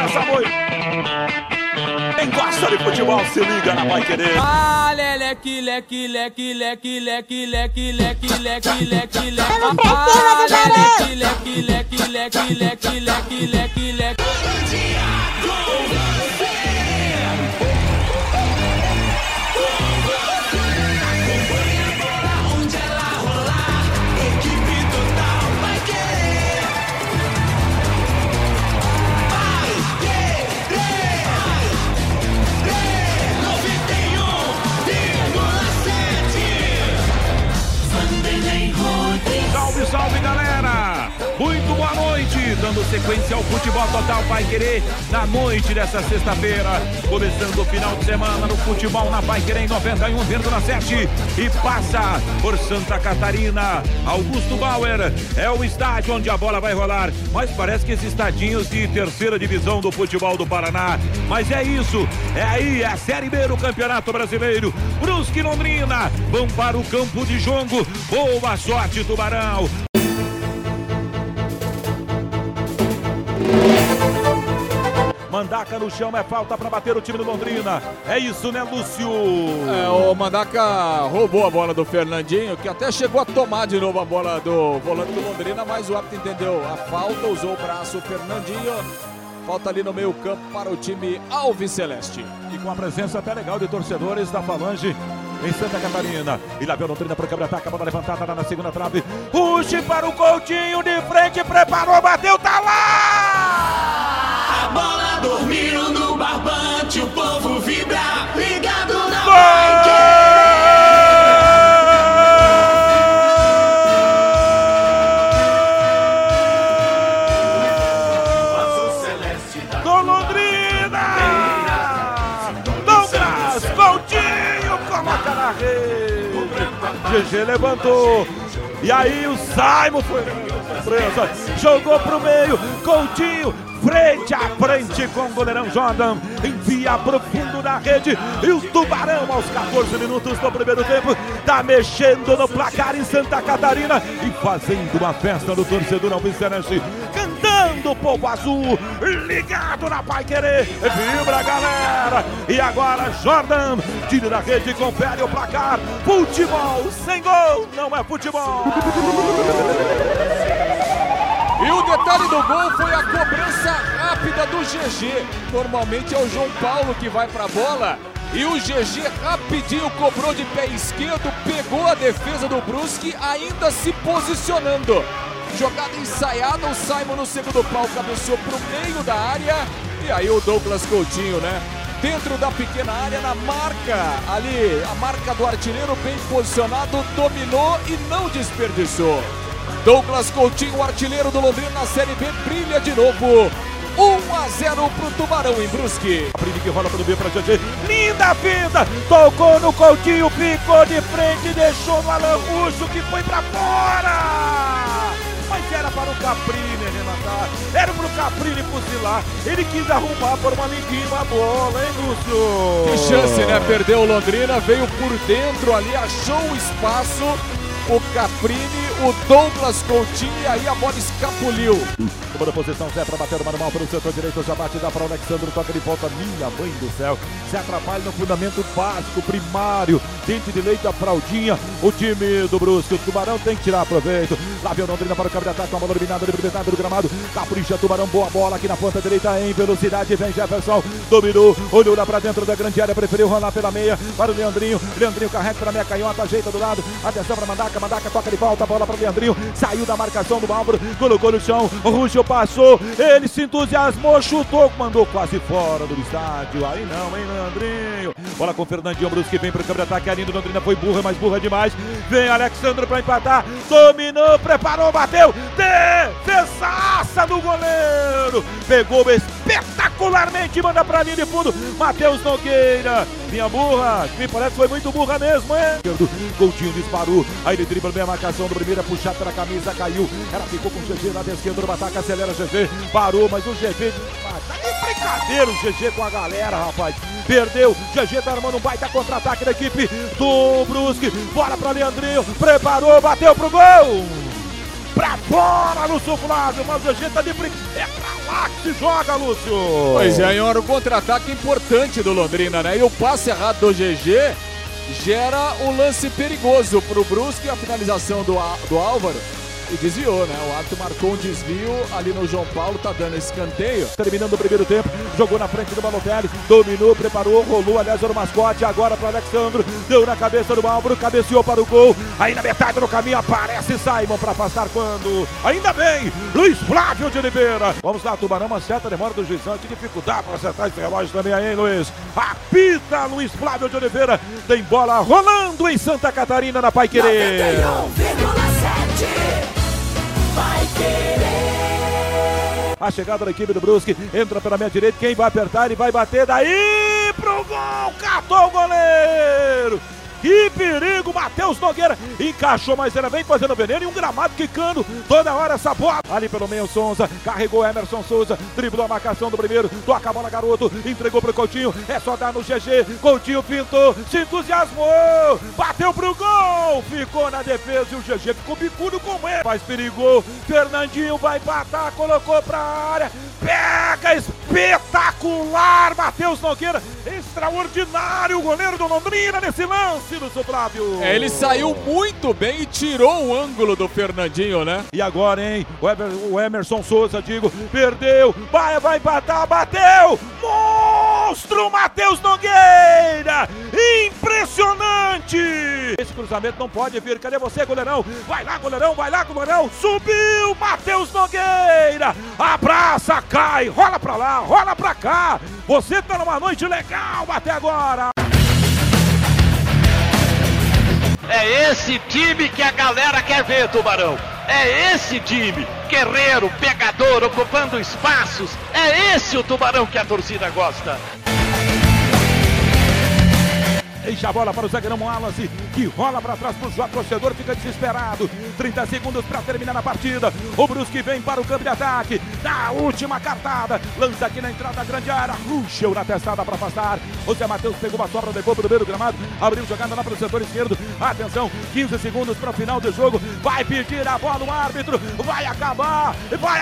essa noite. Quem gosta de futebol se liga na Pai Querer. Ah, leque, leque, leque, leque, leque, leque, leque, leque, leque, leque. Vamos pra cima do Barão. Leque, leque, leque, leque, leque, leque, leque. Salve, salve, galera! Muito boa noite! Dando sequência ao Futebol Total Pai Querer na noite dessa sexta-feira. Começando o final de semana no Futebol na Pai Querer em 91,7 e passa por Santa Catarina. Augusto Bauer é o estádio onde a bola vai rolar, mas parece que esses estadinhos de terceira divisão do futebol do Paraná. Mas é isso, é aí, é a Série B do Campeonato Brasileiro. Brusque e Londrina vão para o campo de jogo. Boa sorte, Tubarão! Mandaca no chão, é falta para bater o time do Londrina. É isso, né, Lúcio? O Mandaca roubou a bola do Fernandinho, que até chegou a tomar de novo a bola do volante do Londrina, mas o árbitro entendeu a falta, usou o braço o Fernandinho. Falta ali no meio campo para o time Alviceleste. E com a presença até legal de torcedores da Falange em Santa Catarina. E lá vem o Londrina para o câmera-ataque, a bola levantada lá na segunda trave. Puxe para o Coutinho de frente, preparou, bateu, tá lá! A bola dormiu no barbante, o povo vibra, ligado na do Londrina! Douglas Coutinho coloca na rede. GG levantou. E aí o Simon foi surpresa. Jogou pro meio. Coutinho frente a frente com o goleirão Jordan. Envia pro fundo da rede. E o Tubarão aos 14 minutos do primeiro tempo tá mexendo no placar em Santa Catarina e fazendo uma festa do torcedor alviceleste. Cantando o povo azul, ligado na Pai Querer, vibra, galera! E agora Jordan tira da rede, confere o placar. Futebol sem gol não é futebol. E o detalhe do gol foi a cobrança rápida do GG. Normalmente é o João Paulo que vai pra bola. E o GG rapidinho cobrou de pé esquerdo, pegou a defesa do Brusque, ainda se posicionando. Jogada ensaiada, o Simon no segundo pau cabeceou pro meio da área. E aí o Douglas Coutinho, né? Dentro da pequena área, na marca ali, a marca do artilheiro bem posicionado, dominou e não desperdiçou. Douglas Coutinho, o artilheiro do Londrina na Série B, brilha de novo. 1-0 pro Tubarão em Brusque. Prime que rola pro B pra GG. Linda pinta! Tocou no Coutinho, ficou de frente, deixou no Alan Russo que foi pra fora! Mas era para o Caprini arrematar, era pro Caprini fuzilar. Ele quis arrumar por uma amiguinha a bola, hein, Lúcio? Que chance, né? Perdeu o Londrina, veio por dentro ali, achou o espaço. O Caprini, o Douglas Coutinho, e aí a bola escapuliu. Tomando posição, Zé para bater o manual pelo setor direito, já bate, dá para o Alexandre, toca de volta, minha mãe do céu. Se atrapalha no fundamento básico, primário, dente de leite, a fraldinha, o time do Brusque. O Tubarão tem que tirar proveito. Lá vem o Londrina para o campo de ataque, com a bola eliminada, do gramado. Capricha, Tubarão, boa bola aqui na ponta direita, em velocidade, vem Jefferson, dominou, olhou lá para dentro da grande área, preferiu rolar pela meia, para o Leandrinho. Leandrinho carrega para a meia canhota, ajeita do lado, atenção para Mandaca, Mandaca toca de volta, a bola para o Leandrinho, saiu da marcação do Álvaro, colocou no chão, o Ruxo passou, ele se entusiasmou, chutou, mandou quase fora do estádio. Aí não, hein, Leandrinho? Bola com o Fernandinho, Brusque vem pro campo de ataque, a linha do Londrina foi burra, mas burra demais. Vem Alexandre para empatar, dominou, preparou, bateu, defesaça do goleiro, pegou espetacularmente, manda pra linha de fundo, Matheus Nogueira. Linha burra, me parece que foi muito burra mesmo, hein? Coutinho disparou, aí ele dribla bem a marcação do primeiro, é puxado pela camisa, caiu, ela ficou com o GG lá da esquerda, no ataque, acelera o GG, parou, mas o GG, tá de brincadeira o GG com a galera, rapaz, perdeu, GG tá armando um baita contra-ataque da equipe do Brusque, bora pra Leandrinho, preparou, bateu pro gol! Pra fora, Lúcio Flávio, mas o GG tá de brincadeira, lá que se joga, Lúcio. Pois é, Ion, o contra-ataque importante do Londrina, né? E o passe errado do GG gera um lance perigoso pro Brusque, a finalização do Álvaro. E desviou, né? O árbitro marcou um desvio ali no João Paulo, tá dando escanteio. Terminando o primeiro tempo, jogou na frente do Balotelli, dominou, preparou, rolou, aliás, era o mascote, agora para Alexandro, deu na cabeça do Álvaro, cabeceou para o gol, aí na metade do caminho aparece Simon para passar quando, ainda bem, Luiz Flávio de Oliveira. Vamos lá, Tubarão, uma certa demora do juizão, que dificuldade para acertar esse relógio também aí, hein, Luiz? Apita Luiz Flávio de Oliveira, tem bola rolando em Santa Catarina, na Paiquerê. 91,7 Vai querer. A chegada da equipe do Brusque, entra pela minha direita, quem vai apertar e vai bater daí pro gol, catou o goleiro. Que perigo, Matheus Nogueira encaixou, mas ela vem fazendo veneno e um gramado quicando toda hora essa bola. Ali pelo meio, Sonza, carregou Emerson Souza, driblou a marcação do primeiro, toca a bola, garoto, entregou pro Coutinho, é só dar no GG, Coutinho pintou, se entusiasmou, bateu pro gol, ficou na defesa e o GG ficou bicudo com ele, mas perigou, Fernandinho vai empatar, colocou pra área, pega, espetacular, Matheus Nogueira, extraordinário o goleiro do Londrina nesse lance. Flávio. Ele saiu muito bem e tirou o ângulo do Fernandinho, né? E agora, hein? O Emerson Souza, perdeu, vai empatar, bateu! Monstro Matheus Nogueira! Impressionante! Esse cruzamento não pode vir, cadê você, goleirão? Vai lá, goleirão! Subiu Matheus Nogueira! Abraça, cai, rola pra lá, rola pra cá! Você tá numa noite legal até agora! É esse time que a galera quer ver, Tubarão. É esse time, guerreiro, pegador, ocupando espaços. É esse o Tubarão que a torcida gosta. Deixa a bola para o zagueirão Wallace, que rola para trás para o torcedor, fica desesperado. 30 segundos para terminar a partida. O Brusque vem para o campo de ataque. Na última cartada, lança aqui na entrada da grande área. Ruxeu na testada para afastar. O Zé Matheus pegou uma sobra, levou para o meio do gramado. Abriu jogada lá para o setor esquerdo. Atenção, 15 segundos para o final do jogo. Vai pedir a bola o árbitro. Vai acabar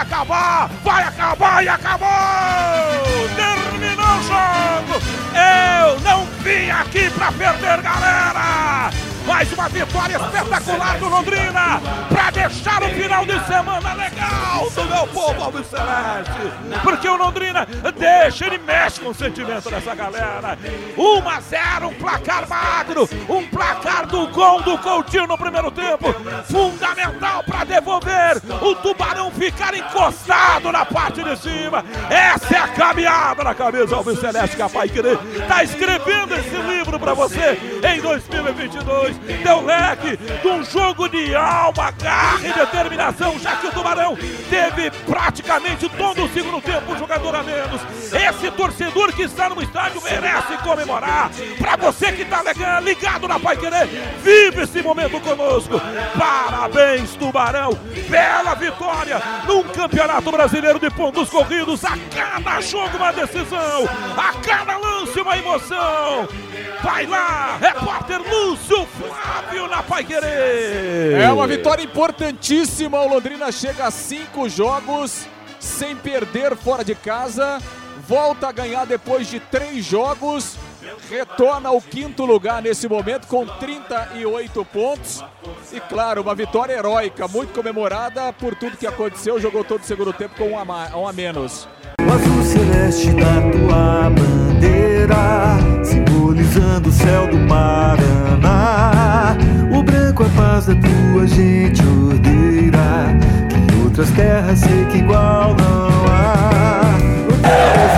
e acabou! Terminou o jogo! Eu não vim aqui para perder, galera! Mais uma vitória espetacular do Londrina para deixar o final de semana legal do meu povo alviceleste, porque o Londrina ele mexe com o sentimento dessa galera. 1-0, um placar magro, um placar do gol do Coutinho no primeiro tempo, fundamental para devolver o Tubarão ficar encostado na parte de cima. Essa é a caminhada na cabeça alviceleste que a Paiquerê está escrevendo esse livro para você em 2022. Deu leque de um jogo de alma, garra e determinação, já que o Tubarão teve praticamente todo o segundo tempo um jogador a menos. Esse torcedor que está no estádio merece comemorar. Para você que está ligado na Paiquerê, vive esse momento conosco. Parabéns, Tubarão, bela vitória num campeonato brasileiro de pontos corridos. A cada jogo uma decisão, a cada lance uma emoção. Vai lá, repórter Lúcio Flávio na Paiquerê. É uma vitória importantíssima. O Londrina chega a 5 jogos sem perder fora de casa. Volta a ganhar depois de 3 jogos. Retorna ao 5º lugar nesse momento com 38 pontos. E claro, uma vitória heróica, muito comemorada por tudo que aconteceu. Jogou todo o segundo tempo com um a menos. O azul celeste da tua bandeira, simbolizando o céu do Paraná. O branco a paz da tua gente ordeira, que em outras terras sei que igual não há. O teu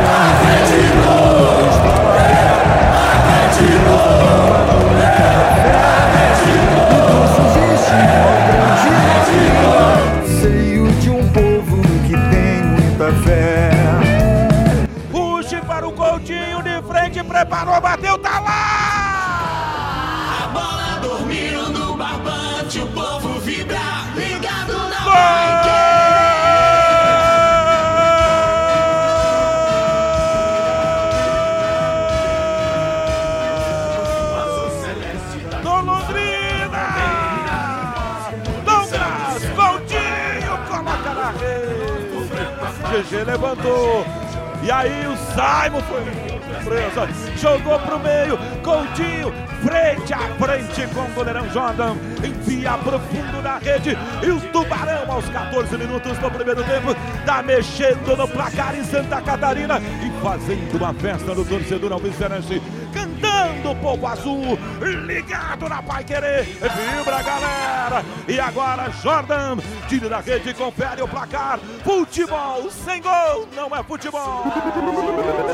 seio de um povo que tem muita fé. Puxe para o Coutinho de frente, preparou, bateu, tá lá! A bola dormiu no barbante, o povo vibra, ligado na do Londrina! Douglas Coutinho coloca na rede. GG GG levantou. E aí o Simon foi surpresa, jogou pro meio, Coutinho, frente a frente com o goleirão Jordan, envia pro fundo da rede, e o Tubarão aos 14 minutos do primeiro tempo, tá mexendo no placar em Santa Catarina, e fazendo uma festa no torcedor alvicenense, cantando o povo azul, ligado na Paiquerê, vibra galera, e agora Jordan, tira da rede e confere o placar, futebol sem gol, não é futebol.